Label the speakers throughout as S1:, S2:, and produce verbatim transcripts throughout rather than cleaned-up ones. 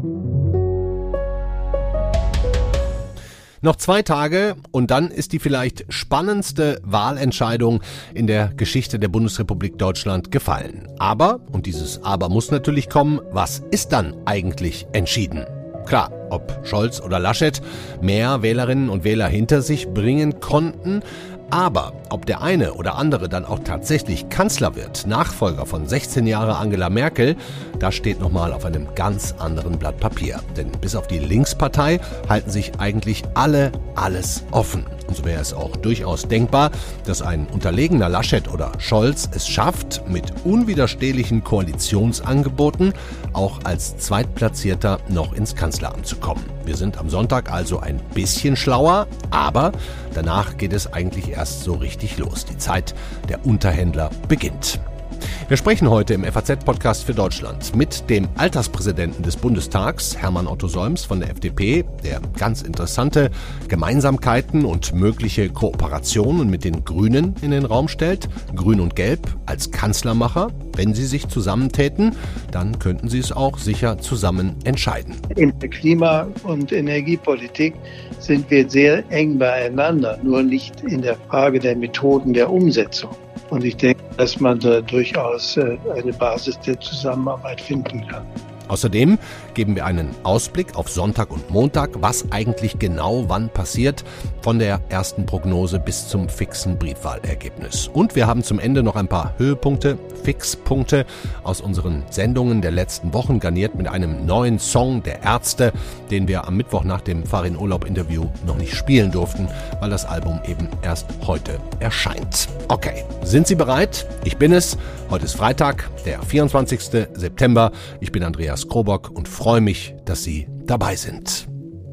S1: Noch zwei Tage und dann ist die vielleicht spannendste Wahlentscheidung in der Geschichte der Bundesrepublik Deutschland gefallen. Aber, und dieses Aber muss natürlich kommen, was ist dann eigentlich entschieden? Klar, ob Scholz oder Laschet mehr Wählerinnen und Wähler hinter sich bringen konnten, aber ob der eine oder andere dann auch tatsächlich Kanzler wird, Nachfolger von sechzehn Jahre Angela Merkel, das steht nochmal auf einem ganz anderen Blatt Papier. Denn bis auf die Linkspartei halten sich eigentlich alle alles offen. Und so wäre es auch durchaus denkbar, dass ein unterlegener Laschet oder Scholz es schafft, mit unwiderstehlichen Koalitionsangeboten auch als Zweitplatzierter noch ins Kanzleramt zu kommen. Wir sind am Sonntag also ein bisschen schlauer, aber danach geht es eigentlich erst so richtig los. Die Zeit der Unterhändler beginnt. Wir sprechen heute im F A Z-Podcast für Deutschland mit dem Alterspräsidenten des Bundestags, Hermann Otto Solms von der F D P, der ganz interessante Gemeinsamkeiten und mögliche Kooperationen mit den Grünen in den Raum stellt. Grün und Gelb als Kanzlermacher. Wenn sie sich zusammentäten, dann könnten sie es auch sicher zusammen entscheiden.
S2: In der Klima- und Energiepolitik sind wir sehr eng beieinander, nur nicht in der Frage der Methoden der Umsetzung. Und ich denke, dass man da durchaus eine Basis der Zusammenarbeit finden kann.
S1: Außerdem geben wir einen Ausblick auf Sonntag und Montag, was eigentlich genau wann passiert, von der ersten Prognose bis zum fixen Briefwahlergebnis. Und wir haben zum Ende noch ein paar Höhepunkte, Fixpunkte aus unseren Sendungen der letzten Wochen, garniert mit einem neuen Song der Ärzte, den wir am Mittwoch nach dem Farin-Urlaub-Interview noch nicht spielen durften, weil das Album eben erst heute erscheint. Okay, sind Sie bereit? Ich bin es. Heute ist Freitag, der vierundzwanzigsten September. Ich bin Andreas Krobock und freue mich, dass Sie dabei sind.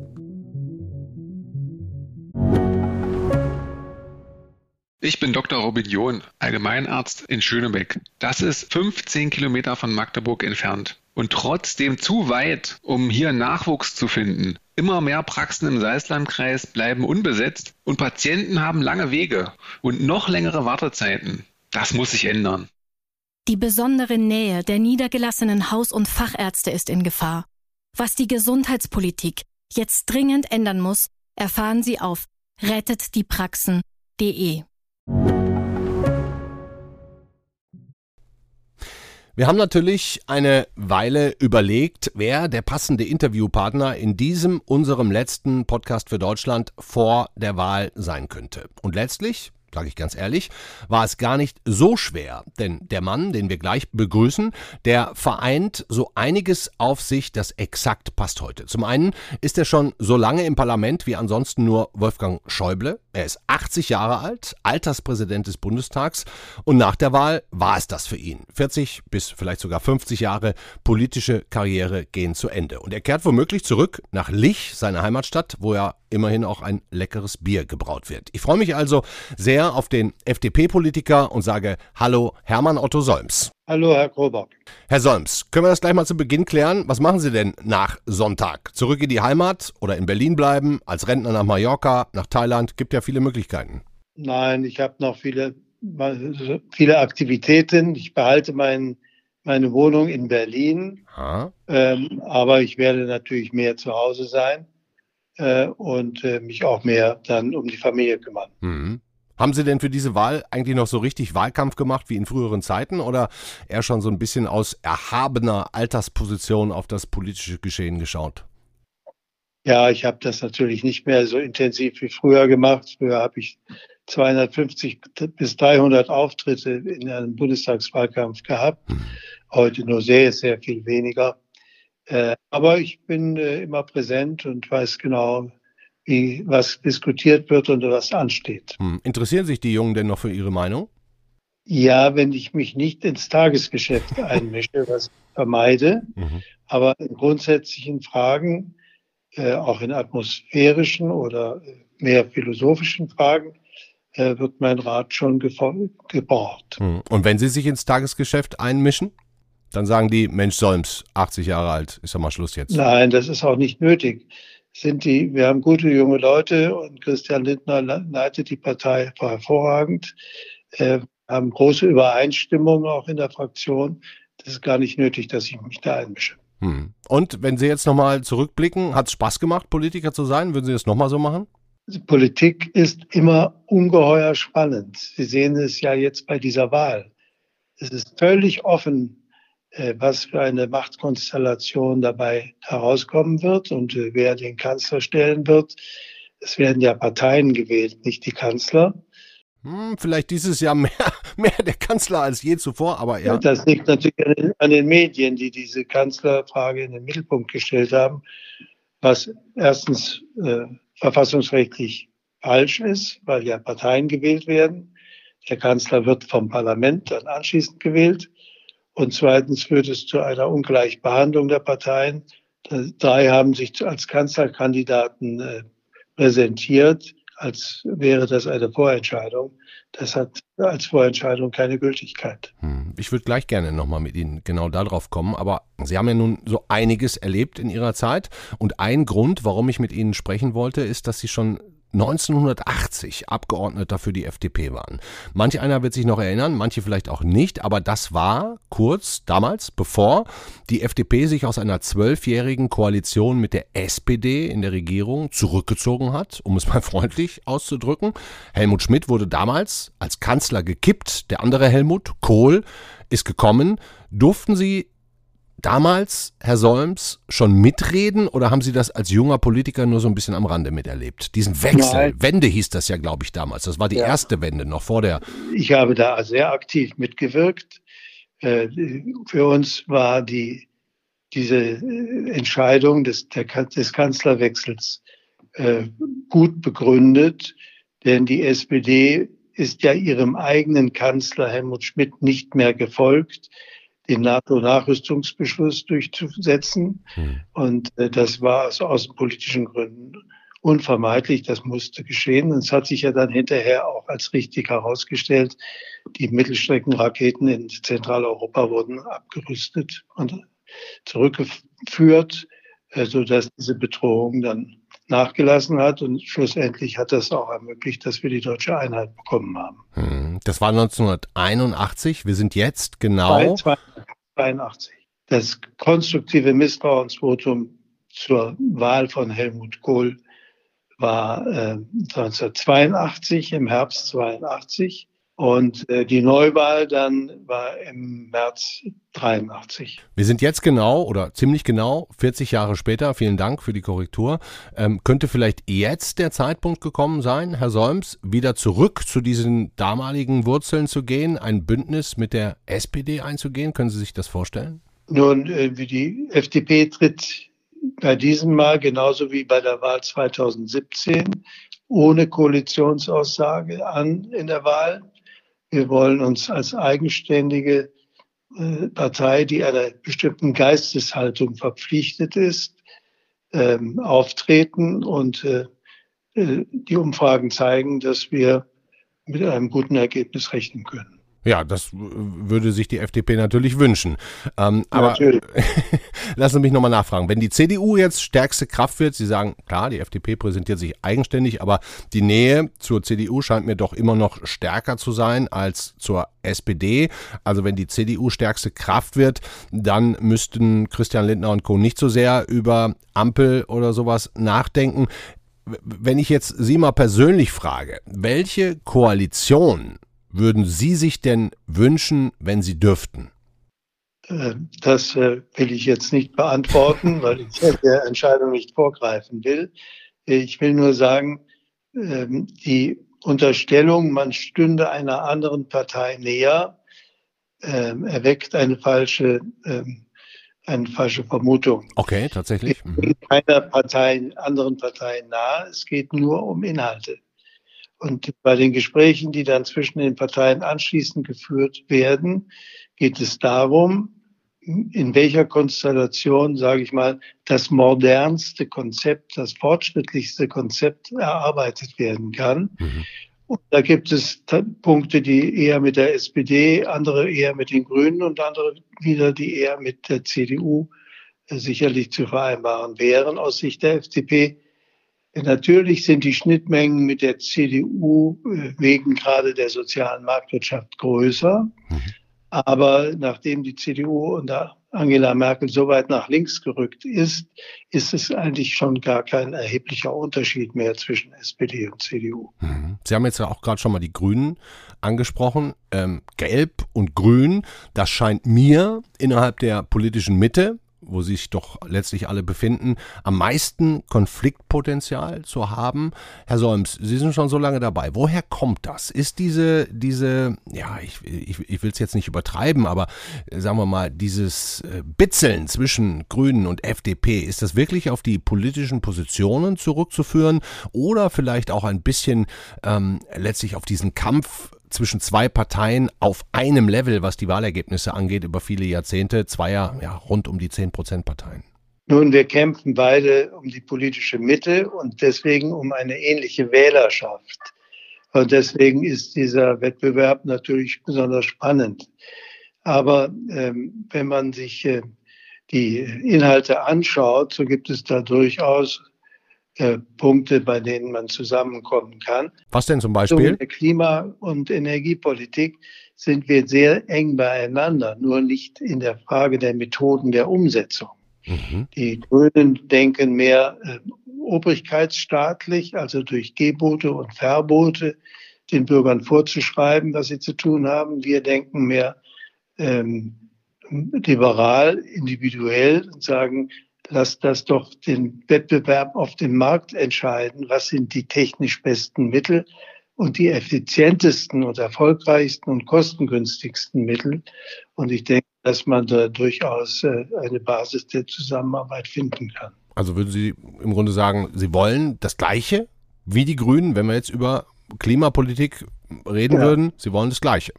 S3: Ich bin Doktor Robin John, Allgemeinarzt in Schönebeck. Das ist fünfzehn Kilometer von Magdeburg entfernt und trotzdem zu weit, um hier Nachwuchs zu finden. Immer mehr Praxen im Salzlandkreis bleiben unbesetzt und Patienten haben lange Wege und noch längere Wartezeiten. Das muss sich ändern.
S4: Die besondere Nähe der niedergelassenen Haus- und Fachärzte ist in Gefahr. Was die Gesundheitspolitik jetzt dringend ändern muss, erfahren Sie auf rettet die praxen punkt de.
S1: Wir haben natürlich eine Weile überlegt, wer der passende Interviewpartner in diesem, unserem letzten Podcast für Deutschland vor der Wahl sein könnte. Und letztlich, sage ich ganz ehrlich, war es gar nicht so schwer, denn der Mann, den wir gleich begrüßen, der vereint so einiges auf sich, das exakt passt heute. Zum einen ist er schon so lange im Parlament wie ansonsten nur Wolfgang Schäuble. Er ist achtzig Jahre alt, Alterspräsident des Bundestags und nach der Wahl war es das für ihn. vierzig bis vielleicht sogar fünfzig Jahre politische Karriere gehen zu Ende. Und er kehrt womöglich zurück nach Lich, seine Heimatstadt, wo ja immerhin auch ein leckeres Bier gebraut wird. Ich freue mich also sehr auf den F D P-Politiker und sage Hallo Hermann Otto Solms.
S2: Hallo Herr Krobock.
S1: Herr Solms, können wir das gleich mal zu Beginn klären? Was machen Sie denn nach Sonntag? Zurück in die Heimat oder in Berlin bleiben, als Rentner nach Mallorca, nach Thailand? Gibt ja viele Möglichkeiten.
S2: Nein, ich habe noch viele, viele Aktivitäten. Ich behalte mein, meine Wohnung in Berlin, ähm, aber ich werde natürlich mehr zu Hause sein äh, und äh, mich auch mehr dann um die Familie kümmern.
S1: Mhm. Haben Sie denn für diese Wahl eigentlich noch so richtig Wahlkampf gemacht wie in früheren Zeiten oder eher schon so ein bisschen aus erhabener Altersposition auf das politische Geschehen geschaut?
S2: Ja, ich habe das natürlich nicht mehr so intensiv wie früher gemacht. Früher habe ich zweihundertfünfzig bis dreihundert Auftritte in einem Bundestagswahlkampf gehabt. Hm. Heute nur sehr, sehr viel weniger. Äh, aber ich bin äh, immer präsent und weiß genau, wie was diskutiert wird und was ansteht.
S1: Hm. Interessieren sich die Jungen denn noch für Ihre Meinung?
S2: Ja, wenn ich mich nicht ins Tagesgeschäft einmische, was ich vermeide, mhm. aber in grundsätzlichen Fragen, äh, auch in atmosphärischen oder mehr philosophischen Fragen, äh, wird mein Rat schon gefo- gebraucht.
S1: Hm. Und wenn Sie sich ins Tagesgeschäft einmischen, dann sagen die, Mensch Solms, achtzig Jahre alt, ist doch mal Schluss jetzt.
S2: Nein, das ist auch nicht nötig. Sind die, wir haben gute junge Leute und Christian Lindner leitet die Partei hervorragend. Äh, haben große Übereinstimmung auch in der Fraktion. Das ist gar nicht nötig, dass ich mich da einmische.
S1: Hm. Und wenn Sie jetzt nochmal zurückblicken, hat es Spaß gemacht, Politiker zu sein? Würden Sie das nochmal so machen?
S2: Politik ist immer ungeheuer spannend. Sie sehen es ja jetzt bei dieser Wahl. Es ist völlig offen, was für eine Machtkonstellation dabei herauskommen wird und wer den Kanzler stellen wird. Es werden ja Parteien gewählt, nicht die Kanzler.
S1: Hm, vielleicht dieses Jahr mehr, mehr der Kanzler als je zuvor, aber ja.
S2: Das liegt natürlich an den, an den Medien, die diese Kanzlerfrage in den Mittelpunkt gestellt haben, was erstens äh, verfassungsrechtlich falsch ist, weil ja Parteien gewählt werden. Der Kanzler wird vom Parlament dann anschließend gewählt. Und zweitens führt es zu einer Ungleichbehandlung der Parteien. Drei haben sich als Kanzlerkandidaten äh, präsentiert, als wäre das eine Vorentscheidung. Das hat als Vorentscheidung keine Gültigkeit.
S1: Ich würde gleich gerne nochmal mit Ihnen genau darauf kommen, aber Sie haben ja nun so einiges erlebt in Ihrer Zeit und ein Grund, warum ich mit Ihnen sprechen wollte, ist, dass Sie schon neunzehnhundertachtzig Abgeordneter für die F D P waren. Manch einer wird sich noch erinnern, manche vielleicht auch nicht, aber das war kurz damals, bevor die F D P sich aus einer zwölfjährigen Koalition mit der S P D in der Regierung zurückgezogen hat, um es mal freundlich auszudrücken. Helmut Schmidt wurde damals als Kanzler gekippt, der andere Helmut, Kohl, ist gekommen. Durften Sie damals, Herr Solms, schon mitreden oder haben Sie das als junger Politiker nur so ein bisschen am Rande miterlebt? Diesen Wechsel, Nein. Wende hieß das ja, glaube ich, damals. Das war die ja. erste Wende, noch vor der...
S2: Ich habe da sehr aktiv mitgewirkt. Für uns war die, diese Entscheidung des, der, des Kanzlerwechsels gut begründet, denn die S P D ist ja ihrem eigenen Kanzler Helmut Schmidt nicht mehr gefolgt, den NATO-Nachrüstungsbeschluss durchzusetzen. Hm. Und äh, das war aus außenpolitischen Gründen unvermeidlich. Das musste geschehen. Und es hat sich ja dann hinterher auch als richtig herausgestellt. Die Mittelstreckenraketen in Zentraleuropa wurden abgerüstet und zurückgeführt, äh, sodass diese Bedrohung dann nachgelassen hat. Und schlussendlich hat das auch ermöglicht, dass wir die deutsche Einheit bekommen haben.
S1: Das war neunzehnhunderteinundachtzig. Wir sind jetzt genau...
S2: zweiundachtzig. Das konstruktive Misstrauensvotum zur Wahl von Helmut Kohl war äh, neunzehnhundertzweiundachtzig, im Herbst zweiundachtzig. Und äh, die Neuwahl dann war im März dreiundachtzig.
S1: Wir sind jetzt genau oder ziemlich genau vierzig Jahre später, vielen Dank für die Korrektur, ähm, könnte vielleicht jetzt der Zeitpunkt gekommen sein, Herr Solms, wieder zurück zu diesen damaligen Wurzeln zu gehen, ein Bündnis mit der S P D einzugehen? Können Sie sich das vorstellen?
S2: Nun, äh, wie die F D P tritt bei diesem Mal genauso wie bei der Wahl zweitausendsiebzehn ohne Koalitionsaussage an in der Wahl. Wir wollen uns als eigenständige äh, Partei, die einer bestimmten Geisteshaltung verpflichtet ist, ähm, auftreten. Und äh, die Umfragen zeigen, dass wir mit einem guten Ergebnis rechnen können.
S1: Ja, das würde sich die F D P natürlich wünschen. Ähm, aber lassen Sie mich nochmal nachfragen. Wenn die C D U jetzt stärkste Kraft wird, Sie sagen, klar, die F D P präsentiert sich eigenständig, aber die Nähe zur C D U scheint mir doch immer noch stärker zu sein als zur S P D. Also wenn die C D U stärkste Kraft wird, dann müssten Christian Lindner und Co. nicht so sehr über Ampel oder sowas nachdenken. Wenn ich jetzt Sie mal persönlich frage, welche Koalition würden Sie sich denn wünschen, wenn Sie dürften?
S2: Das will ich jetzt nicht beantworten, weil ich der Entscheidung nicht vorgreifen will. Ich will nur sagen, die Unterstellung, man stünde einer anderen Partei näher, erweckt eine falsche, eine falsche Vermutung.
S1: Okay, tatsächlich.
S2: Es geht keiner Partei, anderen Partei nahe, es geht nur um Inhalte. Und bei den Gesprächen, die dann zwischen den Parteien anschließend geführt werden, geht es darum, in welcher Konstellation, sage ich mal, das modernste Konzept, das fortschrittlichste Konzept erarbeitet werden kann. Mhm. Und da gibt es Punkte, die eher mit der S P D, andere eher mit den Grünen und andere wieder, die eher mit der C D U sicherlich zu vereinbaren wären aus Sicht der F D P. Natürlich sind die Schnittmengen mit der C D U wegen gerade der sozialen Marktwirtschaft größer. Mhm. Aber nachdem die C D U unter Angela Merkel so weit nach links gerückt ist, ist es eigentlich schon gar kein erheblicher Unterschied mehr zwischen S P D und C D U.
S1: Sie haben jetzt ja auch gerade schon mal die Grünen angesprochen. Ähm, Gelb und Grün, das scheint mir innerhalb der politischen Mitte, wo sich doch letztlich alle befinden, am meisten Konfliktpotenzial zu haben. Herr Solms, Sie sind schon so lange dabei. Woher kommt das? Ist diese, diese, ja, ich, ich, ich will es jetzt nicht übertreiben, aber äh, sagen wir mal, dieses äh, Bitzeln zwischen Grünen und F D P, ist das wirklich auf die politischen Positionen zurückzuführen oder vielleicht auch ein bisschen ähm, letztlich auf diesen Kampf zwischen zwei Parteien auf einem Level, was die Wahlergebnisse angeht, über viele Jahrzehnte, zweier, ja, rund um die zehn Prozent Parteien?
S2: Nun, wir kämpfen beide um die politische Mitte und deswegen um eine ähnliche Wählerschaft. Und deswegen ist dieser Wettbewerb natürlich besonders spannend. Aber ähm, wenn man sich äh, die Inhalte anschaut, so gibt es da durchaus äh, Punkte, bei denen man zusammenkommen kann.
S1: Was denn zum Beispiel?
S2: So in der Klima- und Energiepolitik sind wir sehr eng beieinander, nur nicht in der Frage der Methoden der Umsetzung. Mhm. Die Grünen denken mehr äh, obrigkeitsstaatlich, also durch Gebote und Verbote den Bürgern vorzuschreiben, was sie zu tun haben. Wir denken mehr ähm, liberal, individuell und sagen, lass das doch den Wettbewerb auf dem Markt entscheiden. Was sind die technisch besten Mittel und die effizientesten und erfolgreichsten und kostengünstigsten Mittel? Und ich denke, dass man da durchaus äh, eine Basis der Zusammenarbeit finden kann.
S1: Also würden Sie im Grunde sagen, Sie wollen das Gleiche wie die Grünen, wenn wir jetzt über Klimapolitik reden ja. würden? Sie wollen das Gleiche.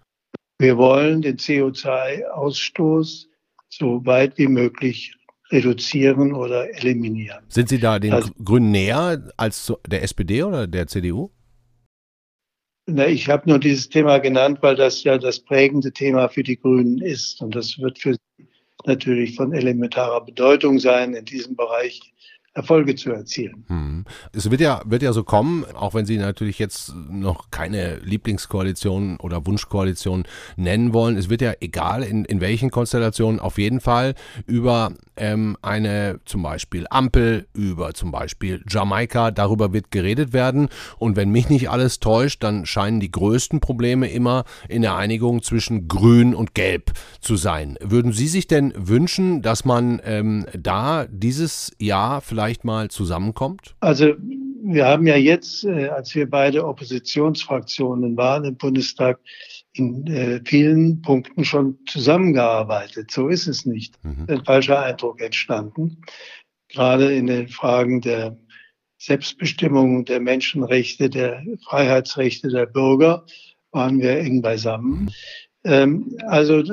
S2: Wir wollen den C O zwei Ausstoß so weit wie möglich reduzieren oder eliminieren.
S1: Sind Sie da den also, Grünen näher als der S P D oder der C D U?
S2: Na, ich habe nur dieses Thema genannt, weil das ja das prägende Thema für die Grünen ist. Und das wird für sie natürlich von elementarer Bedeutung sein, in diesem Bereich Erfolge zu erzielen.
S1: Hm. Es wird ja, wird ja so kommen, auch wenn Sie natürlich jetzt noch keine Lieblingskoalition oder Wunschkoalition nennen wollen. Es wird ja egal, in, in welchen Konstellationen, auf jeden Fall über ähm, eine zum Beispiel Ampel, über zum Beispiel Jamaika, darüber wird geredet werden. Und wenn mich nicht alles täuscht, dann scheinen die größten Probleme immer in der Einigung zwischen Grün und Gelb zu sein. Würden Sie sich denn wünschen, dass man ähm, da dieses Jahr vielleicht vielleicht mal zusammenkommt?
S2: Also wir haben ja jetzt, äh, als wir beide Oppositionsfraktionen waren im Bundestag, in äh, vielen Punkten schon zusammengearbeitet. So ist es nicht. Mhm. Ein falscher Eindruck entstanden. Gerade in den Fragen der Selbstbestimmung, der Menschenrechte, der Freiheitsrechte der Bürger waren wir eng beisammen. Mhm. Ähm, also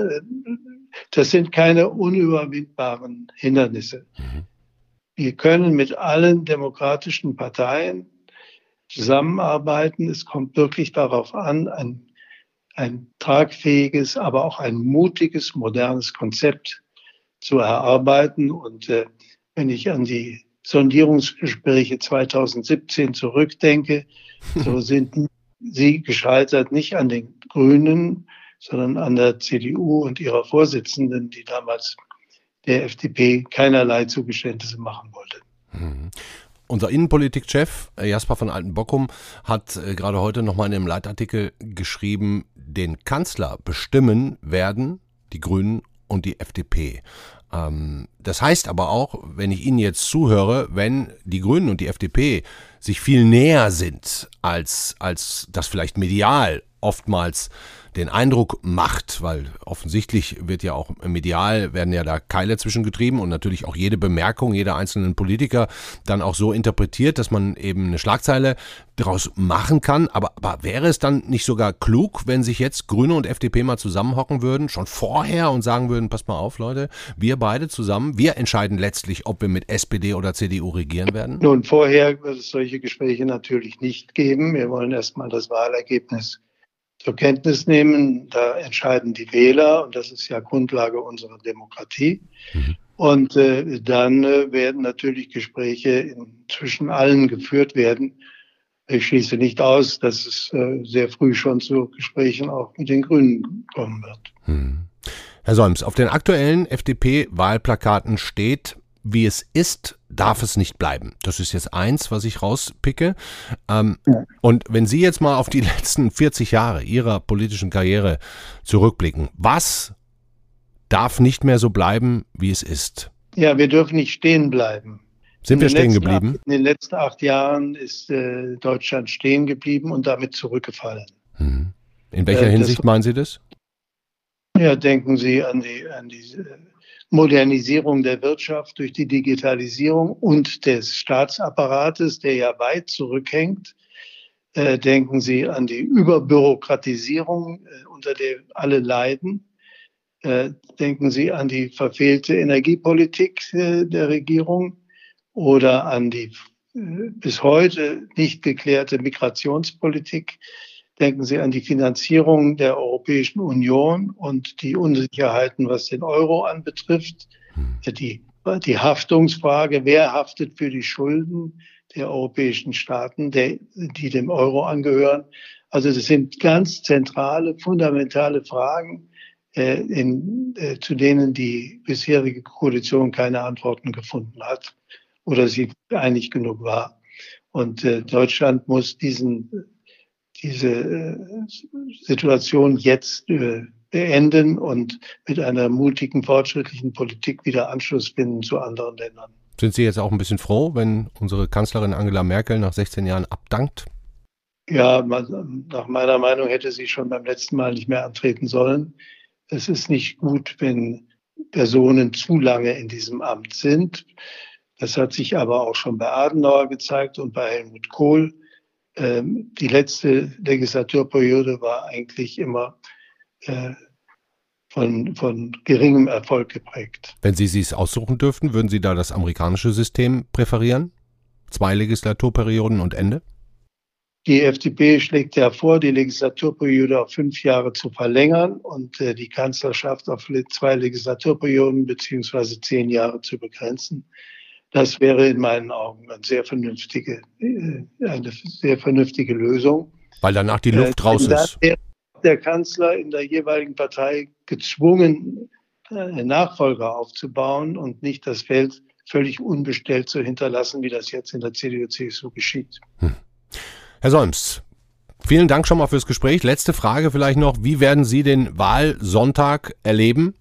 S2: das sind keine unüberwindbaren Hindernisse. Mhm. Wir können mit allen demokratischen Parteien zusammenarbeiten. Es kommt wirklich darauf an, ein, ein tragfähiges, aber auch ein mutiges, modernes Konzept zu erarbeiten. Und äh, wenn ich an die Sondierungsgespräche zweitausendsiebzehn zurückdenke, so sind sie gescheitert nicht an den Grünen, sondern an der C D U und ihrer Vorsitzenden, die damals der F D P keinerlei Zugeständnisse machen wollte.
S1: Mhm. Unser Innenpolitikchef Jasper von Altenbockum hat äh, gerade heute nochmal in einem Leitartikel geschrieben, den Kanzler bestimmen werden die Grünen und die F D P. Ähm, das heißt aber auch, wenn ich Ihnen jetzt zuhöre, wenn die Grünen und die F D P sich viel näher sind, als, als das vielleicht medial oftmals den Eindruck macht, weil offensichtlich wird ja auch medial, werden ja da Keile zwischengetrieben und natürlich auch jede Bemerkung jeder einzelnen Politiker dann auch so interpretiert, dass man eben eine Schlagzeile daraus machen kann. Aber, aber wäre es dann nicht sogar klug, wenn sich jetzt Grüne und F D P mal zusammenhocken würden, schon vorher und sagen würden, passt mal auf, Leute, wir beide zusammen, wir entscheiden letztlich, ob wir mit S P D oder C D U regieren werden?
S2: Nun, vorher wird es solche Gespräche natürlich nicht geben. Wir wollen erstmal das Wahlergebnis zur Kenntnis nehmen. Da entscheiden die Wähler und das ist ja Grundlage unserer Demokratie. Mhm. Und äh, dann äh, werden natürlich Gespräche in, zwischen allen geführt werden. Ich schließe nicht aus, dass es äh, sehr früh schon zu Gesprächen auch mit den Grünen kommen wird.
S1: Mhm. Herr Solms, auf den aktuellen F D P-Wahlplakaten steht, wie es ist, darf es nicht bleiben. Das ist jetzt eins, was ich rauspicke. Ähm, ja. Und wenn Sie jetzt mal auf die letzten vierzig Jahre Ihrer politischen Karriere zurückblicken, was darf nicht mehr so bleiben, wie es ist?
S2: Ja, wir dürfen nicht stehen bleiben.
S1: Sind wir stehen geblieben?
S2: Acht, in den letzten acht Jahren ist äh, Deutschland stehen geblieben und damit zurückgefallen.
S1: Hm. In welcher äh, Hinsicht das, meinen Sie das?
S2: Ja, denken Sie an die, an die Modernisierung der Wirtschaft durch die Digitalisierung und des Staatsapparates, der ja weit zurückhängt. Äh, denken Sie an die Überbürokratisierung, äh, unter der alle leiden. Äh, denken Sie an die verfehlte Energiepolitik äh, der Regierung oder an die äh, bis heute nicht geklärte Migrationspolitik. Denken Sie an die Finanzierung der Europäischen Union und die Unsicherheiten, was den Euro anbetrifft. Die, die Haftungsfrage, wer haftet für die Schulden der europäischen Staaten, der, die dem Euro angehören. Also das sind ganz zentrale, fundamentale Fragen, äh, in, äh, zu denen die bisherige Koalition keine Antworten gefunden hat oder sie einig genug war. Und äh, Deutschland muss diesen diese äh, Situation jetzt äh, beenden und mit einer mutigen, fortschrittlichen Politik wieder Anschluss finden zu anderen Ländern.
S1: Sind Sie jetzt auch ein bisschen froh, wenn unsere Kanzlerin Angela Merkel nach sechzehn Jahren abdankt?
S2: Ja, man, nach meiner Meinung hätte sie schon beim letzten Mal nicht mehr antreten sollen. Es ist nicht gut, wenn Personen zu lange in diesem Amt sind. Das hat sich aber auch schon bei Adenauer gezeigt und bei Helmut Kohl. Die letzte Legislaturperiode war eigentlich immer äh, von, von geringem Erfolg geprägt.
S1: Wenn Sie es aussuchen dürften, würden Sie da das amerikanische System präferieren? Zwei Legislaturperioden und Ende?
S2: Die F D P schlägt ja vor, die Legislaturperiode auf fünf Jahre zu verlängern und äh, die Kanzlerschaft auf zwei Legislaturperioden beziehungsweise zehn Jahre zu begrenzen. Das wäre in meinen Augen eine sehr vernünftige, eine sehr vernünftige Lösung.
S1: Weil danach die Luft äh, raus ist.
S2: Dann wäre der Kanzler in der jeweiligen Partei gezwungen, einen Nachfolger aufzubauen und nicht das Feld völlig unbestellt zu hinterlassen, wie das jetzt in der C D U C S U geschieht.
S1: Hm. Herr Solms, vielen Dank schon mal fürs Gespräch. Letzte Frage vielleicht noch. Wie werden Sie den Wahlsonntag erleben?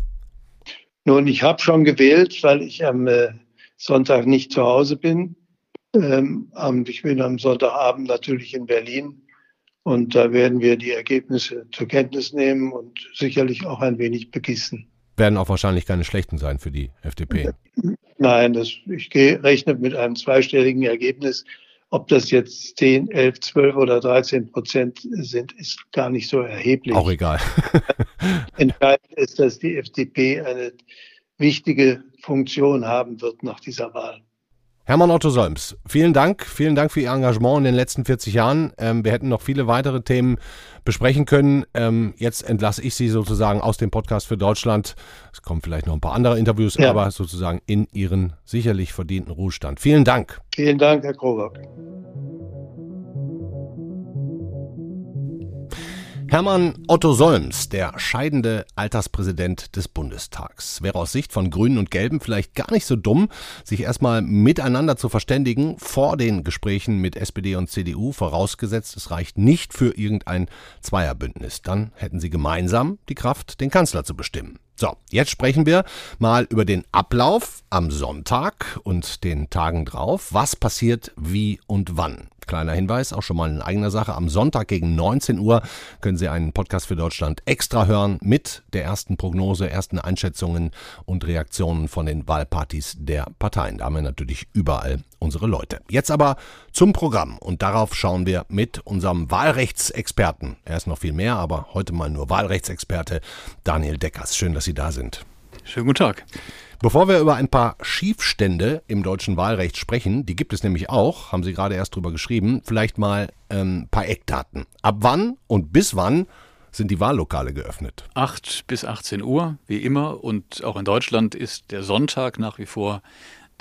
S2: Nun, ich habe schon gewählt, weil ich am äh, Sonntag nicht zu Hause bin. Ähm, ich bin am Sonntagabend natürlich in Berlin und da werden wir die Ergebnisse zur Kenntnis nehmen und sicherlich auch ein wenig begießen.
S1: Werden auch wahrscheinlich keine schlechten sein für die F D P.
S2: Nein, das, ich gehe, rechne mit einem zweistelligen Ergebnis. Ob das jetzt zehn, elf, zwölf oder dreizehn Prozent sind, ist gar nicht so erheblich.
S1: Auch egal.
S2: Entscheidend ist, dass die F D P eine wichtige Funktion haben wird nach dieser Wahl.
S1: Hermann Otto Solms, vielen Dank. Vielen Dank für Ihr Engagement in den letzten vierzig Jahren. Ähm, wir hätten noch viele weitere Themen besprechen können. Ähm, jetzt entlasse ich Sie sozusagen aus dem Podcast für Deutschland. Es kommen vielleicht noch ein paar andere Interviews, ja. aber sozusagen in Ihren sicherlich verdienten Ruhestand. Vielen Dank.
S2: Vielen Dank, Herr Krobock.
S1: Hermann Otto Solms, der scheidende Alterspräsident des Bundestags. Wäre aus Sicht von Grünen und Gelben vielleicht gar nicht so dumm, sich erstmal miteinander zu verständigen vor den Gesprächen mit S P D und C D U, vorausgesetzt, es reicht nicht für irgendein Zweierbündnis. Dann hätten sie gemeinsam die Kraft, den Kanzler zu bestimmen. So, jetzt sprechen wir mal über den Ablauf am Sonntag und den Tagen drauf. Was passiert wie und wann? Kleiner Hinweis, auch schon mal in eigener Sache. Am Sonntag gegen neunzehn Uhr können Sie einen Podcast für Deutschland extra hören mit der ersten Prognose, ersten Einschätzungen und Reaktionen von den Wahlpartys der Parteien. Da haben wir natürlich überall unsere Leute. Jetzt aber zum Programm und darauf schauen wir mit unserem Wahlrechtsexperten. Er ist noch viel mehr, aber heute mal nur Wahlrechtsexperte Daniel Deckers. Schön, dass Sie da sind.
S5: Schönen guten Tag.
S1: Bevor wir über ein paar Schiefstände im deutschen Wahlrecht sprechen, die gibt es nämlich auch, haben Sie gerade erst drüber geschrieben, vielleicht mal ein ähm, paar Eckdaten. Ab wann und bis wann sind die Wahllokale geöffnet?
S5: acht bis achtzehn Uhr, wie immer. Und auch in Deutschland ist der Sonntag nach wie vor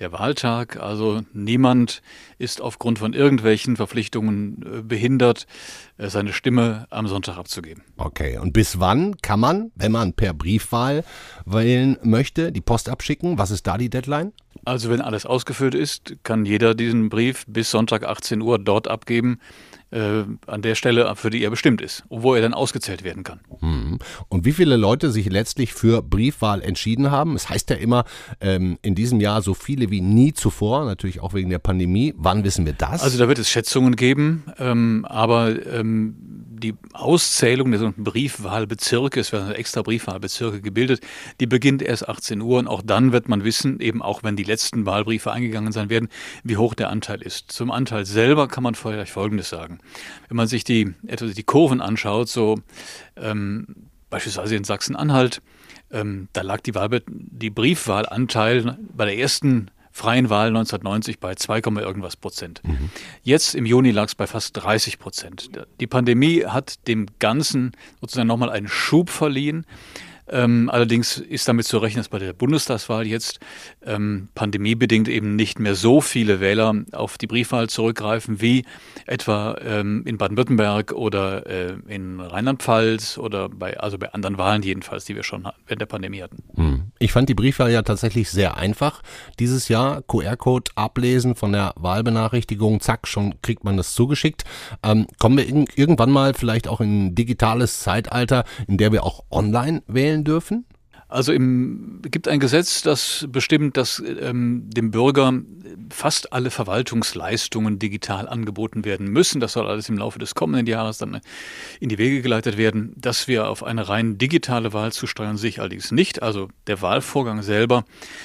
S5: der Wahltag. Also niemand ist aufgrund von irgendwelchen Verpflichtungen behindert, seine Stimme am Sonntag abzugeben.
S1: Okay, und bis wann kann man, wenn man per Briefwahl wählen möchte, die Post abschicken? Was ist da die Deadline?
S5: Also wenn alles ausgefüllt ist, kann jeder diesen Brief bis Sonntag achtzehn Uhr dort abgeben, äh, an der Stelle, für die er bestimmt ist, wo er dann ausgezählt werden kann.
S1: Hm. Und wie viele Leute sich letztlich für Briefwahl entschieden haben? Es heißt ja immer, ähm, in diesem Jahr so viele wie nie zuvor, natürlich auch wegen der Pandemie. Wann wissen wir das?
S5: Also da wird es Schätzungen geben, ähm, aber ähm, die Auszählung der sogenannten Briefwahlbezirke, es werden extra Briefwahlbezirke gebildet, die beginnt erst achtzehn Uhr und auch dann wird man wissen, eben auch wenn die letzten Wahlbriefe eingegangen sein werden, wie hoch der Anteil ist. Zum Anteil selber kann man vielleicht Folgendes sagen. Wenn man sich die, etwa die Kurven anschaut, so ähm, beispielsweise in Sachsen-Anhalt, ähm, da lag die, Wahl, die Briefwahlanteil bei der ersten freien Wahl neunzehnhundertneunzig bei zwei, irgendwas Prozent. Mhm. Jetzt im Juni lag es bei fast dreißig Prozent. Die Pandemie hat dem Ganzen sozusagen nochmal einen Schub verliehen. Ähm, allerdings ist damit zu rechnen, dass bei der Bundestagswahl jetzt ähm, pandemiebedingt eben nicht mehr so viele Wähler auf die Briefwahl zurückgreifen wie etwa ähm, in Baden-Württemberg oder äh, in Rheinland-Pfalz oder bei, also bei anderen Wahlen jedenfalls, die wir schon während der Pandemie hatten.
S1: Hm. Ich fand die Briefwahl ja tatsächlich sehr einfach. Dieses Jahr Q R-Code ablesen von der Wahlbenachrichtigung, zack, schon kriegt man das zugeschickt. Ähm, kommen wir in, irgendwann mal vielleicht auch in ein digitales Zeitalter, in der wir auch online wählen dürfen?
S5: Also es gibt ein Gesetz, das bestimmt, dass ähm, dem Bürger fast alle Verwaltungsleistungen digital angeboten werden müssen. Das soll alles im Laufe des kommenden Jahres dann in die Wege geleitet werden. Dass wir auf eine rein digitale Wahl zusteuern, sehe ich allerdings nicht. Also der Wahlvorgang selber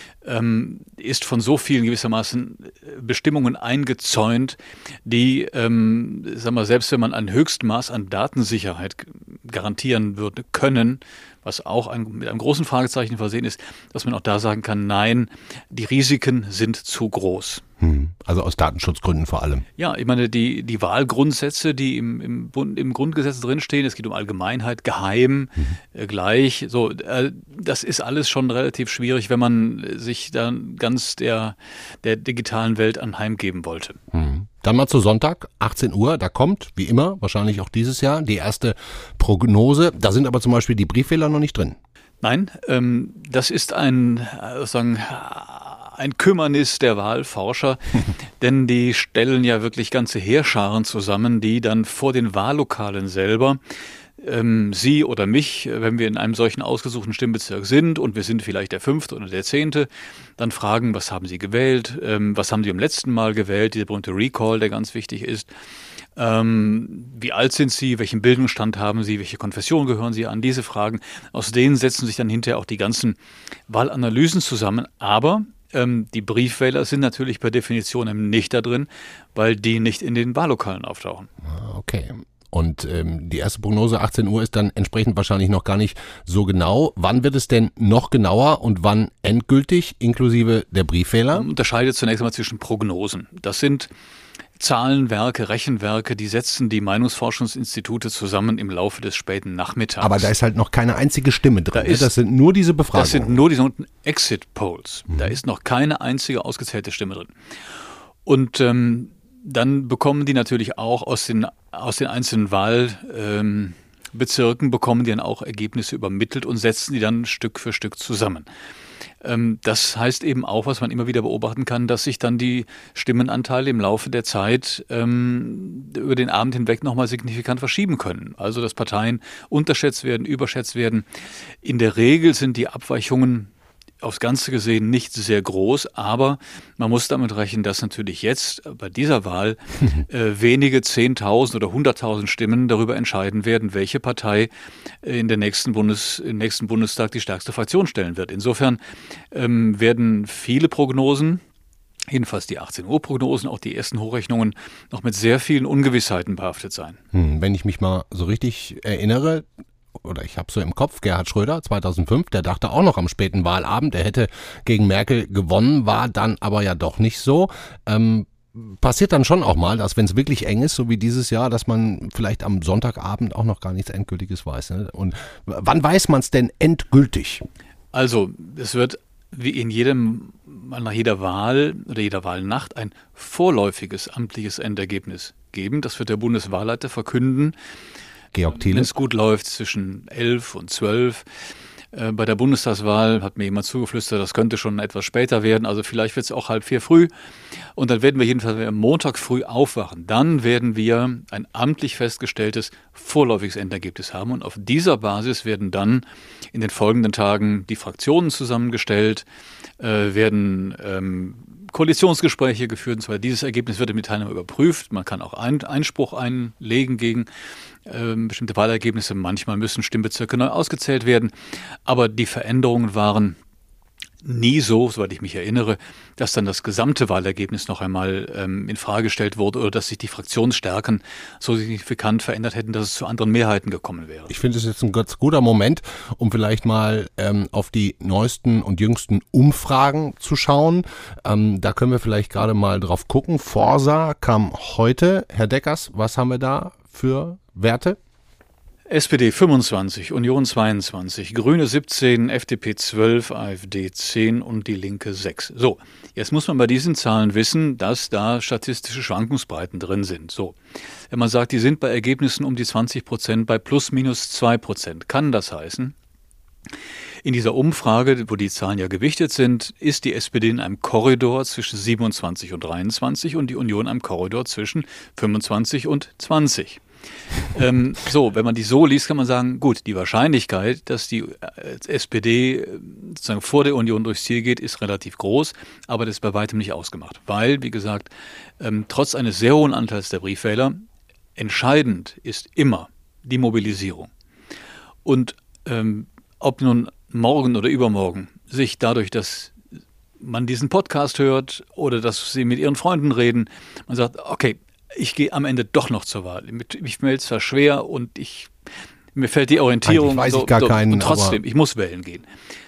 S5: ähm, ist von so vielen gewissermaßen Bestimmungen eingezäunt, die, ähm, sagen wir, selbst wenn man ein Höchstmaß an Datensicherheit garantieren würde können, was auch ein, mit einem großen Fragezeichen versehen ist, dass man auch da sagen kann, nein, die Risiken sind zu groß.
S1: Hm, also aus Datenschutzgründen vor allem.
S5: Ja, ich meine, die, die Wahlgrundsätze, die im, im, Bund, im Grundgesetz drinstehen, es geht um Allgemeinheit, geheim, mhm. äh, gleich, so, äh, das ist alles schon relativ schwierig, wenn man sich dann ganz der, der digitalen Welt anheimgeben wollte.
S1: Hm. Dann mal zu Sonntag, achtzehn Uhr, da kommt, wie immer, wahrscheinlich auch dieses Jahr, die erste Prognose. Da sind aber zum Beispiel die Briefwähler noch nicht drin.
S5: Nein, ähm, das ist ein, äh, sagen, ein Kümmernis der Wahlforscher, denn die stellen ja wirklich ganze Heerscharen zusammen, die dann vor den Wahllokalen selber ähm, Sie oder mich, wenn wir in einem solchen ausgesuchten Stimmbezirk sind und wir sind vielleicht der fünfte oder der zehnte, dann fragen, was haben Sie gewählt, ähm, was haben Sie beim letzten Mal gewählt, dieser berühmte Recall, der ganz wichtig ist. Ähm, wie alt sind Sie, welchen Bildungsstand haben Sie, welche Konfession gehören Sie an, diese Fragen, aus denen setzen sich dann hinterher auch die ganzen Wahlanalysen zusammen, aber ähm, die Briefwähler sind natürlich per Definition nicht da drin, weil die nicht in den Wahllokalen auftauchen.
S1: Okay. Und ähm, die erste Prognose achtzehn Uhr ist dann entsprechend wahrscheinlich noch gar nicht so genau. Wann wird es denn noch genauer und wann endgültig, inklusive der Briefwähler?
S5: Man unterscheidet zunächst einmal zwischen Prognosen. Das sind Zahlenwerke, Rechenwerke, die setzen die Meinungsforschungsinstitute zusammen im Laufe des späten Nachmittags.
S1: Aber da ist halt noch keine einzige Stimme drin.
S5: Da ist,
S1: das sind nur diese Befragungen.
S5: Das sind nur die sogenannten Exit Polls. Mhm. Da ist noch keine einzige ausgezählte Stimme drin. Und ähm, dann bekommen die natürlich auch aus den, aus den einzelnen Wahlbezirken, ähm, bekommen die dann auch Ergebnisse übermittelt und setzen die dann Stück für Stück zusammen. Ähm, das heißt eben auch, was man immer wieder beobachten kann, dass sich dann die Stimmenanteile im Laufe der Zeit ähm, über den Abend hinweg nochmal signifikant verschieben können. Also dass Parteien unterschätzt werden, überschätzt werden. In der Regel sind die Abweichungen aufs Ganze gesehen nicht sehr groß, aber man muss damit rechnen, dass natürlich jetzt bei dieser Wahl äh, wenige zehntausend oder hunderttausend Stimmen darüber entscheiden werden, welche Partei in der nächsten Bundes, im nächsten Bundestag die stärkste Fraktion stellen wird. Insofern ähm, werden viele Prognosen, jedenfalls die achtzehn Uhr Prognosen, auch die ersten Hochrechnungen, noch mit sehr vielen Ungewissheiten behaftet sein.
S1: Hm, wenn ich mich mal so richtig erinnere, oder ich habe so im Kopf, Gerhard Schröder zweitausendfünf, der dachte auch noch am späten Wahlabend, er hätte gegen Merkel gewonnen, war dann aber ja doch nicht so. Ähm, passiert dann schon auch mal, dass wenn es wirklich eng ist, so wie dieses Jahr, dass man vielleicht am Sonntagabend auch noch gar nichts Endgültiges weiß. Ne? Und wann weiß man es denn endgültig?
S5: Also es wird wie in jedem, nach jeder Wahl oder jeder Wahlnacht ein vorläufiges amtliches Endergebnis geben. Das wird der Bundeswahlleiter verkünden.
S1: Georg Thiele.
S5: Wenn es gut läuft, zwischen elf und zwölf. Äh, bei der Bundestagswahl hat mir jemand zugeflüstert, das könnte schon etwas später werden. Also vielleicht wird es auch halb vier früh. Und dann werden wir jedenfalls am Montag früh aufwachen. Dann werden wir ein amtlich festgestelltes vorläufiges Endergebnis haben. Und auf dieser Basis werden dann in den folgenden Tagen die Fraktionen zusammengestellt, äh, werden ähm, Koalitionsgespräche geführt. Und zwar dieses Ergebnis wird im Teilnehmer überprüft. Man kann auch ein, Einspruch einlegen gegen ähm, bestimmte Wahlergebnisse. Manchmal müssen Stimmbezirke neu ausgezählt werden. Aber die Veränderungen waren nie so, soweit ich mich erinnere, dass dann das gesamte Wahlergebnis noch einmal ähm, in Frage gestellt wurde oder dass sich die Fraktionsstärken so signifikant verändert hätten, dass es zu anderen Mehrheiten gekommen wäre.
S1: Ich finde es jetzt ein ganz guter Moment, um vielleicht mal ähm, auf die neuesten und jüngsten Umfragen zu schauen. Ähm, da können wir vielleicht gerade mal drauf gucken. Forsa kam heute. Herr Deckers, was haben wir da für Werte?
S5: S P D fünfundzwanzig, Union zweiundzwanzig, Grüne siebzehn, F D P zwölf, AfD zehn und die Linke sechs. So, jetzt muss man bei diesen Zahlen wissen, dass da statistische Schwankungsbreiten drin sind. So, wenn man sagt, die sind bei Ergebnissen um die zwanzig Prozent bei plus minus zwei Prozent, kann das heißen, in dieser Umfrage, wo die Zahlen ja gewichtet sind, ist die S P D in einem Korridor zwischen siebenundzwanzig und dreiundzwanzig und die Union in einem Korridor zwischen fünfundzwanzig und zwanzig. ähm, so, wenn man die so liest, kann man sagen, gut, die Wahrscheinlichkeit, dass die S P D sozusagen vor der Union durchs Ziel geht, ist relativ groß, aber das ist bei weitem nicht ausgemacht, weil, wie gesagt, ähm, trotz eines sehr hohen Anteils der Briefwähler entscheidend ist immer die Mobilisierung. Und ähm, ob nun morgen oder übermorgen sich dadurch, dass man diesen Podcast hört oder dass sie mit ihren Freunden reden, man sagt, okay, ich gehe am Ende doch noch zur Wahl. Ich fällt zwar schwer und ich, mir fällt die Orientierung.
S1: Eigentlich weiß
S5: so,
S1: ich gar
S5: so,
S1: keinen,
S5: und trotzdem, ich muss wählen gehen.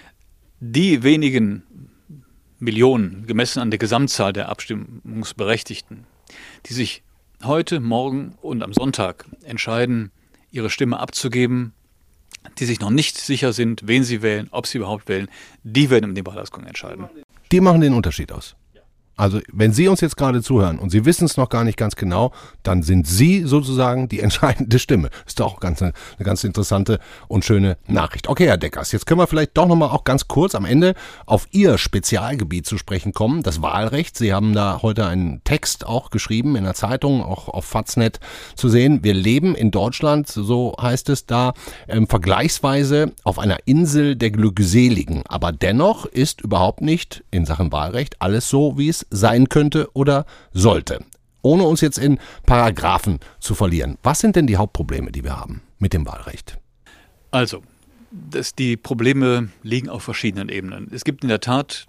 S5: Die wenigen Millionen, gemessen an der Gesamtzahl der Abstimmungsberechtigten, die sich heute, morgen und am Sonntag entscheiden, ihre Stimme abzugeben, die sich noch nicht sicher sind, wen sie wählen, ob sie überhaupt wählen, die werden im dem Wahlausgang entscheiden.
S1: Die machen den Unterschied aus. Also wenn Sie uns jetzt gerade zuhören und Sie wissen es noch gar nicht ganz genau, dann sind Sie sozusagen die entscheidende Stimme. Ist doch auch ganz, eine ganz interessante und schöne Nachricht. Okay, Herr Deckers, jetzt können wir vielleicht doch nochmal auch ganz kurz am Ende auf Ihr Spezialgebiet zu sprechen kommen, das Wahlrecht. Sie haben da heute einen Text auch geschrieben in der Zeitung, auch auf Faznet zu sehen. Wir leben in Deutschland, so heißt es da, ähm, vergleichsweise auf einer Insel der Glückseligen. Aber dennoch ist überhaupt nicht in Sachen Wahlrecht alles so, wie es sein könnte oder sollte. Ohne uns jetzt in Paragraphen zu verlieren. Was sind denn die Hauptprobleme, die wir haben mit dem Wahlrecht?
S5: Also, das, die Probleme liegen auf verschiedenen Ebenen. Es gibt in der Tat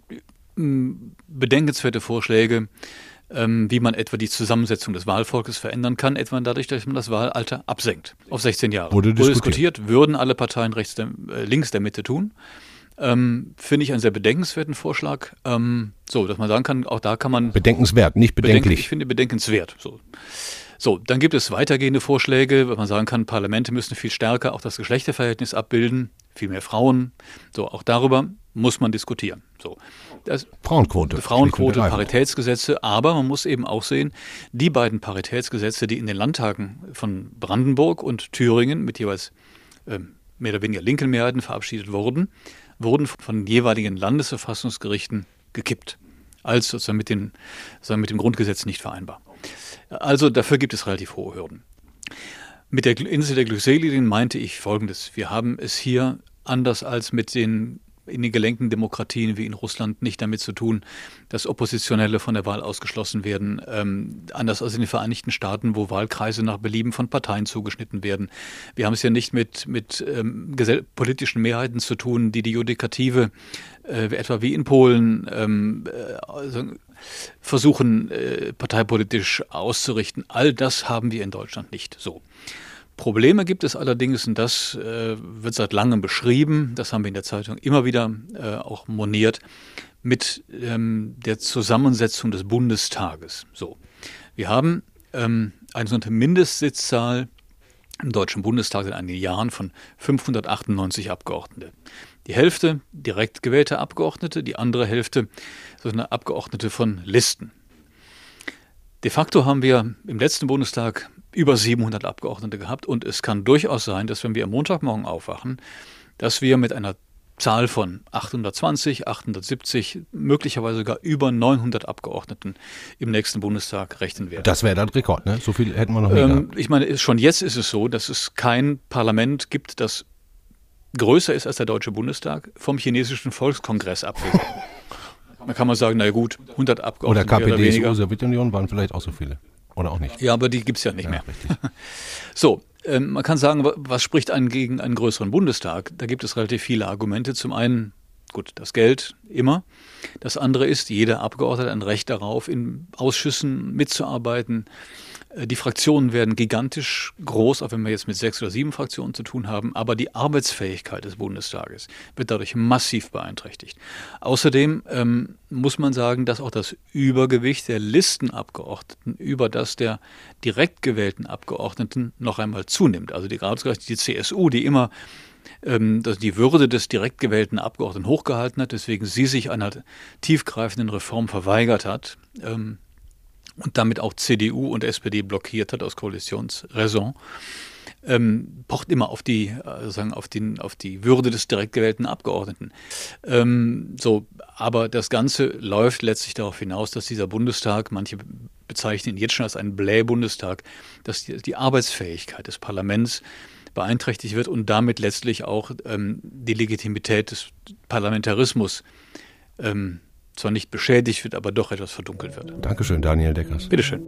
S5: m, bedenkenswerte Vorschläge, ähm, wie man etwa die Zusammensetzung des Wahlvolkes verändern kann, etwa dadurch, dass man das Wahlalter absenkt auf sechzehn Jahre.
S1: Wurde diskutiert.
S5: Wurde diskutiert, würden alle Parteien rechts der, äh, links der Mitte tun. Ähm, finde ich einen sehr bedenkenswerten Vorschlag. Ähm, so, dass man sagen kann, auch da kann man...
S1: Bedenkenswert, nicht bedenklich.
S5: Bedenk, ich finde bedenkenswert. So. so, dann gibt es weitergehende Vorschläge, weil man sagen kann, Parlamente müssen viel stärker auch das Geschlechterverhältnis abbilden, viel mehr Frauen. So, auch darüber muss man diskutieren. So, das,
S1: Frauenquote.
S5: Frauenquote, Paritätsgesetze, aber man muss eben auch sehen, die beiden Paritätsgesetze, die in den Landtagen von Brandenburg und Thüringen mit jeweils äh, mehr oder weniger linken Mehrheiten verabschiedet wurden, wurden von jeweiligen Landesverfassungsgerichten gekippt, als sozusagen mit, den, sozusagen mit dem Grundgesetz nicht vereinbar. Also dafür gibt es relativ hohe Hürden. Mit der Insel der Glückseligen meinte ich Folgendes. Wir haben es hier anders als mit den in den gelenkten Demokratien wie in Russland nicht damit zu tun, dass Oppositionelle von der Wahl ausgeschlossen werden, ähm, anders als in den Vereinigten Staaten, wo Wahlkreise nach Belieben von Parteien zugeschnitten werden. Wir haben es ja nicht mit, mit ähm, politischen Mehrheiten zu tun, die die Judikative, äh, etwa wie in Polen, ähm, äh, also versuchen, äh, parteipolitisch auszurichten. All das haben wir in Deutschland nicht so. Probleme gibt es allerdings, und das äh, wird seit langem beschrieben, das haben wir in der Zeitung immer wieder äh, auch moniert, mit ähm, der Zusammensetzung des Bundestages. So, wir haben ähm, eine sogenannte Mindestsitzzahl im Deutschen Bundestag in einigen Jahren von fünfhundertachtundneunzig Abgeordnete. Die Hälfte direkt gewählte Abgeordnete, die andere Hälfte so eine Abgeordnete von Listen. De facto haben wir im letzten Bundestag über siebenhundert Abgeordnete gehabt und es kann durchaus sein, dass wenn wir am Montagmorgen aufwachen, dass wir mit einer Zahl von achthundertzwanzig, achthundertsiebzig, möglicherweise sogar über neunhundert Abgeordneten im nächsten Bundestag rechnen werden.
S1: Das wäre dann Rekord, ne? So viel hätten wir noch nie
S5: ähm,
S1: gehabt.
S5: Ich meine, schon jetzt ist es so, dass es kein Parlament gibt, das größer ist als der Deutsche Bundestag, vom chinesischen Volkskongress abgesehen. Da kann man sagen, na gut, hundert Abgeordnete
S1: oder K P D S U,
S5: weniger.
S1: Sowjetunion waren vielleicht auch so viele. Oder auch nicht.
S5: Ja, aber die gibt es ja nicht
S1: ja,
S5: mehr.
S1: Richtig.
S5: So, ähm, man kann sagen, was spricht einen gegen einen größeren Bundestag? Da gibt es relativ viele Argumente. Zum einen, gut, das Geld immer. Das andere ist, jeder Abgeordnete hat ein Recht darauf, in Ausschüssen mitzuarbeiten. Die Fraktionen werden gigantisch groß, auch wenn wir jetzt mit sechs oder sieben Fraktionen zu tun haben. Aber die Arbeitsfähigkeit des Bundestages wird dadurch massiv beeinträchtigt. Außerdem ähm, muss man sagen, dass auch das Übergewicht der Listenabgeordneten über das der direkt gewählten Abgeordneten noch einmal zunimmt. Also die, gerade die C S U, die immer ähm, die Würde des direkt gewählten Abgeordneten hochgehalten hat, deswegen sie sich einer tiefgreifenden Reform verweigert hat, ähm, und damit auch C D U und S P D blockiert hat aus Koalitionsräson, ähm, pocht immer auf die, äh, sagen, auf, den, auf die Würde des direkt gewählten Abgeordneten. Ähm, so, aber das Ganze läuft letztlich darauf hinaus, dass dieser Bundestag, manche bezeichnen ihn jetzt schon als einen Bläh-Bundestag, dass die, die Arbeitsfähigkeit des Parlaments beeinträchtigt wird und damit letztlich auch ähm, die Legitimität des Parlamentarismus ähm, zwar nicht beschädigt wird, aber doch etwas verdunkelt wird.
S1: Dankeschön, Daniel Deckers.
S5: Bitteschön.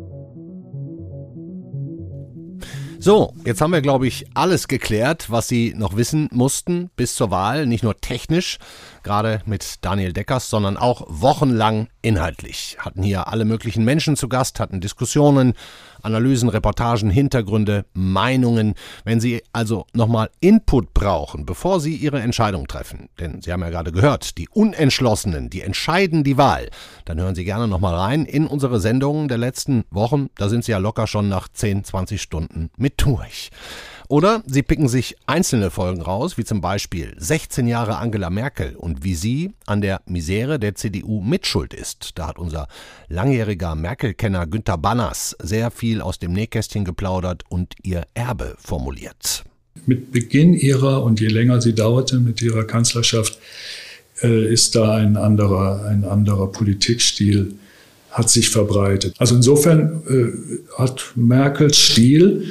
S1: So, jetzt haben wir, glaube ich, alles geklärt, was Sie noch wissen mussten bis zur Wahl. Nicht nur technisch, gerade mit Daniel Deckers, sondern auch wochenlang inhaltlich. Hatten hier alle möglichen Menschen zu Gast, hatten Diskussionen, Analysen, Reportagen, Hintergründe, Meinungen. Wenn Sie also nochmal Input brauchen, bevor Sie Ihre Entscheidung treffen, denn Sie haben ja gerade gehört, die Unentschlossenen, die entscheiden die Wahl, dann hören Sie gerne nochmal rein in unsere Sendungen der letzten Wochen. Da sind Sie ja locker schon nach zehn, zwanzig Stunden mit durch. Oder Sie picken sich einzelne Folgen raus, wie zum Beispiel sechzehn Jahre Angela Merkel und wie sie an der Misere der C D U mitschuld ist. Da hat unser langjähriger Merkel-Kenner Günther Banners sehr viel aus dem Nähkästchen geplaudert und ihr Erbe formuliert.
S6: Mit Beginn ihrer, und je länger sie dauerte mit ihrer Kanzlerschaft, äh, ist da ein anderer, ein anderer Politikstil, hat sich verbreitet. Also insofern äh, hat Merkels Stil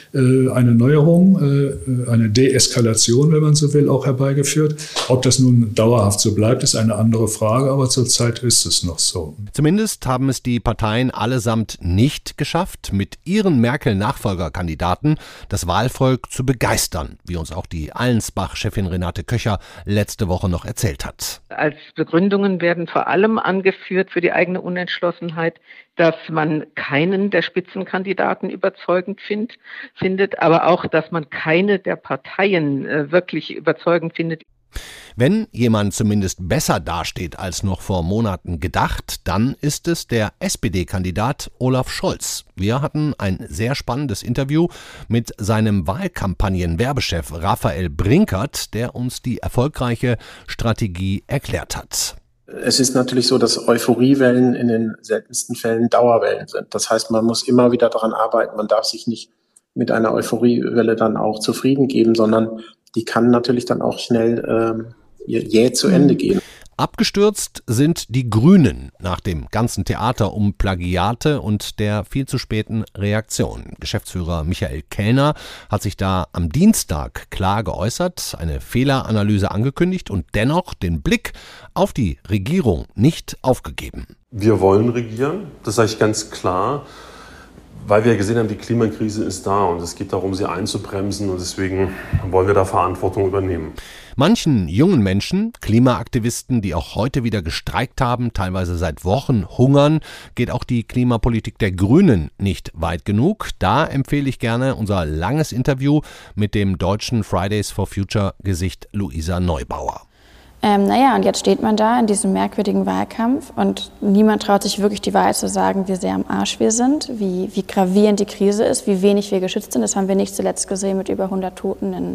S6: eine Neuerung, eine Deeskalation, wenn man so will, auch herbeigeführt. Ob das nun dauerhaft so bleibt, ist eine andere Frage, aber zurzeit ist es noch so.
S1: Zumindest haben es die Parteien allesamt nicht geschafft, mit ihren Merkel-Nachfolgerkandidaten das Wahlvolk zu begeistern, wie uns auch die Allensbach-Chefin Renate Köcher letzte Woche noch erzählt hat.
S7: Als Begründungen werden vor allem angeführt für die eigene Unentschlossenheit, dass man keinen der Spitzenkandidaten überzeugend find, findet, aber auch, dass man keine der Parteien äh, wirklich überzeugend findet.
S1: Wenn jemand zumindest besser dasteht als noch vor Monaten gedacht, dann ist es der S P D-Kandidat Olaf Scholz. Wir hatten ein sehr spannendes Interview mit seinem Wahlkampagnen-Werbechef Raphael Brinkert, der uns die erfolgreiche Strategie erklärt hat.
S8: Es ist natürlich so, dass Euphoriewellen in den seltensten Fällen Dauerwellen sind. Das heißt, man muss immer wieder daran arbeiten. Man darf sich nicht mit einer Euphoriewelle dann auch zufrieden geben, sondern die kann natürlich dann auch schnell ähm, jäh zu Ende gehen.
S1: Abgestürzt sind die Grünen nach dem ganzen Theater um Plagiate und der viel zu späten Reaktion. Geschäftsführer Michael Kellner hat sich da am Dienstag klar geäußert, eine Fehleranalyse angekündigt und dennoch den Blick auf die Regierung nicht aufgegeben.
S9: Wir wollen regieren, das sage ich ganz klar, weil wir gesehen haben, die Klimakrise ist da und es geht darum, sie einzubremsen und deswegen wollen wir da Verantwortung übernehmen.
S1: Manchen jungen Menschen, Klimaaktivisten, die auch heute wieder gestreikt haben, teilweise seit Wochen hungern, geht auch die Klimapolitik der Grünen nicht weit genug. Da empfehle ich gerne unser langes Interview mit dem deutschen Fridays for Future Gesicht Luisa Neubauer.
S10: Ähm, naja, und jetzt steht man da in diesem merkwürdigen Wahlkampf und niemand traut sich wirklich die Wahrheit zu sagen, wie sehr am Arsch wir sind, wie, wie gravierend die Krise ist, wie wenig wir geschützt sind. Das haben wir nicht zuletzt gesehen mit über hundert Toten in,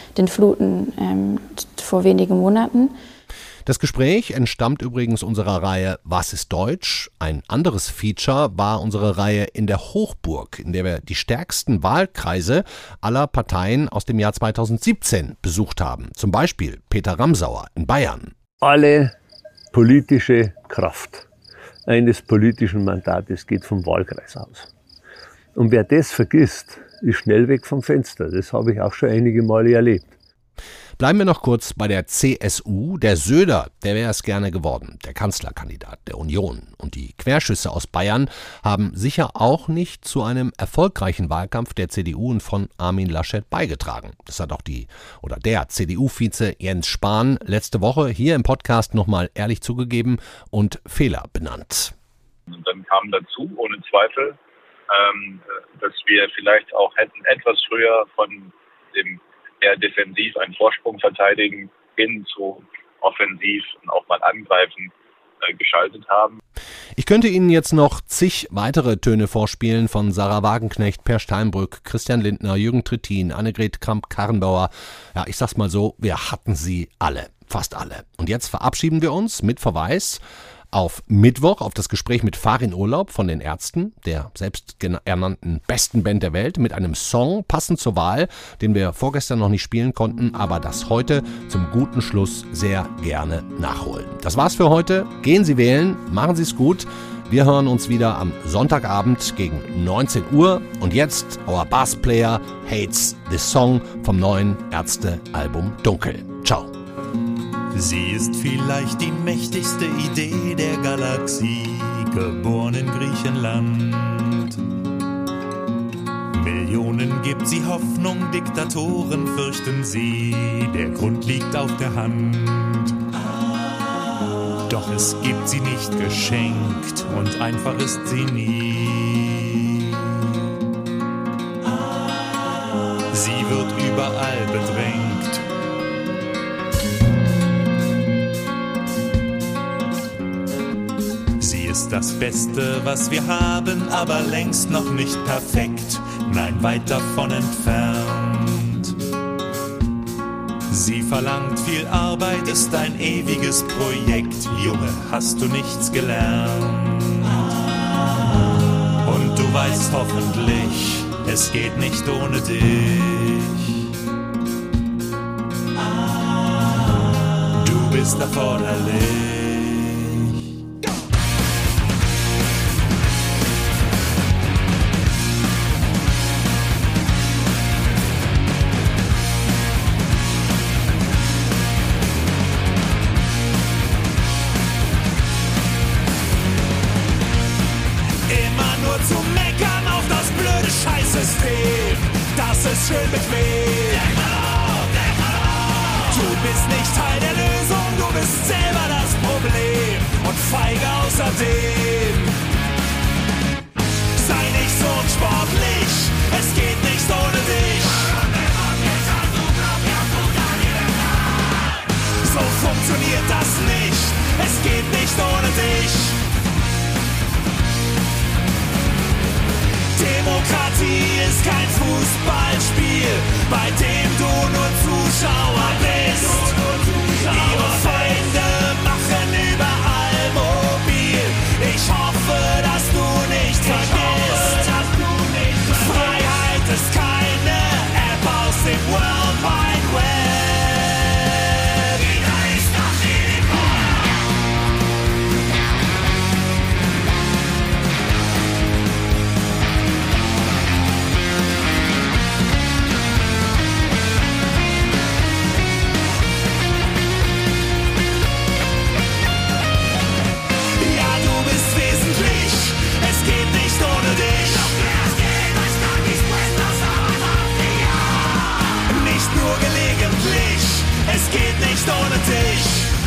S10: den Fluten ähm, vor wenigen Monaten.
S1: Das Gespräch entstammt übrigens unserer Reihe Was ist Deutsch? Ein anderes Feature war unsere Reihe In der Hochburg, in der wir die stärksten Wahlkreise aller Parteien aus dem Jahr zweitausendsiebzehn besucht haben. Zum Beispiel Peter Ramsauer in Bayern.
S11: Alle politische Kraft eines politischen Mandates geht vom Wahlkreis aus. Und wer das vergisst, ist schnell weg vom Fenster. Das habe ich auch schon einige Male erlebt.
S1: Bleiben wir noch kurz bei der C S U. Der Söder, der wäre es gerne geworden, der Kanzlerkandidat der Union. Und die Querschüsse aus Bayern haben sicher auch nicht zu einem erfolgreichen Wahlkampf der C D U und von Armin Laschet beigetragen. Das hat auch die oder der C D U-Vize Jens Spahn letzte Woche hier im Podcast nochmal ehrlich zugegeben und Fehler benannt.
S12: Und dann kam dazu, ohne Zweifel, ähm, dass wir vielleicht auch hätten etwas früher von dem eher defensiv einen Vorsprung verteidigen, hin zu offensiv und auch mal angreifen äh, geschaltet haben.
S1: Ich könnte Ihnen jetzt noch zig weitere Töne vorspielen von Sarah Wagenknecht, Per Steinbrück, Christian Lindner, Jürgen Trittin, Annegret Kramp-Karrenbauer. Ja, ich sag's mal so, wir hatten sie alle, fast alle. Und jetzt verabschieden wir uns mit Verweis auf Mittwoch, auf das Gespräch mit Farin Urlaub von den Ärzten, der selbsternannten besten Band der Welt, mit einem Song passend zur Wahl, den wir vorgestern noch nicht spielen konnten, aber das heute zum guten Schluss sehr gerne nachholen. Das war's für heute. Gehen Sie wählen, machen Sie es gut. Wir hören uns wieder am Sonntagabend gegen neunzehn Uhr. Und jetzt Our Bass Player Hates This Song vom neuen Ärzte-Album Dunkel. Ciao.
S13: Sie ist vielleicht die mächtigste Idee der Galaxie, geboren in Griechenland. Millionen gibt sie Hoffnung, Diktatoren fürchten sie, der Grund liegt auf der Hand. Doch es gibt sie nicht geschenkt und einfach ist sie nie. Sie wird überall bedrängt. Ist das Beste, was wir haben, aber längst noch nicht perfekt, nein, weit davon entfernt. Sie verlangt viel Arbeit, ist ein ewiges Projekt, Junge, hast du nichts gelernt? Und du weißt hoffentlich, es geht nicht ohne dich. Du bist erforderlich. Das ist schön bequem. Du bist nicht Teil der Lösung, du bist selber das Problem und feige außerdem. Sei nicht so unsportlich, es geht nicht ohne dich. So funktioniert das nicht, es geht nicht ohne dich. Demokratie ist kein Fußballspiel, bei dem du nur Zuschauer bist. Ihre Feinde machen überall mobil. Ich hoffe, dass du nicht vergisst. Freiheit ist keine App aus dem World Wide Web. Es geht nicht ohne dich.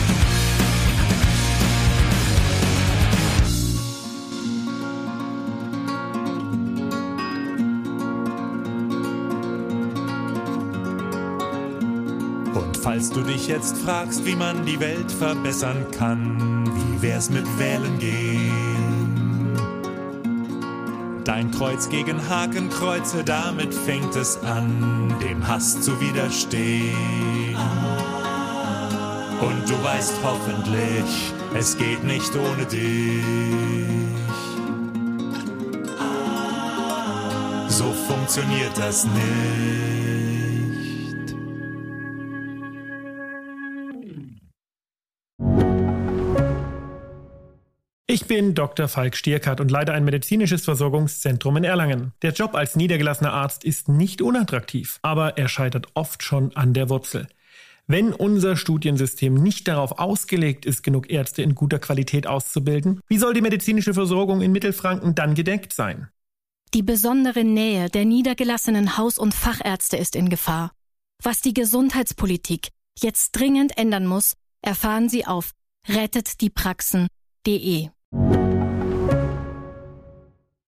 S13: Und falls du dich jetzt fragst, wie man die Welt verbessern kann, wie wär's mit Wählen gehen? Dein Kreuz gegen Hakenkreuze, damit fängt es an, dem Hass zu widerstehen. Und du weißt hoffentlich, es geht nicht ohne dich. So funktioniert das nicht.
S14: Ich bin Doktor Falk Stierkart und leite ein medizinisches Versorgungszentrum in Erlangen. Der Job als niedergelassener Arzt ist nicht unattraktiv, aber er scheitert oft schon an der Wurzel. Wenn unser Studiensystem nicht darauf ausgelegt ist, genug Ärzte in guter Qualität auszubilden, wie soll die medizinische Versorgung in Mittelfranken dann gedeckt sein?
S4: Die besondere Nähe der niedergelassenen Haus- und Fachärzte ist in Gefahr. Was die Gesundheitspolitik jetzt dringend ändern muss, erfahren Sie auf rettet die praxen punkt de.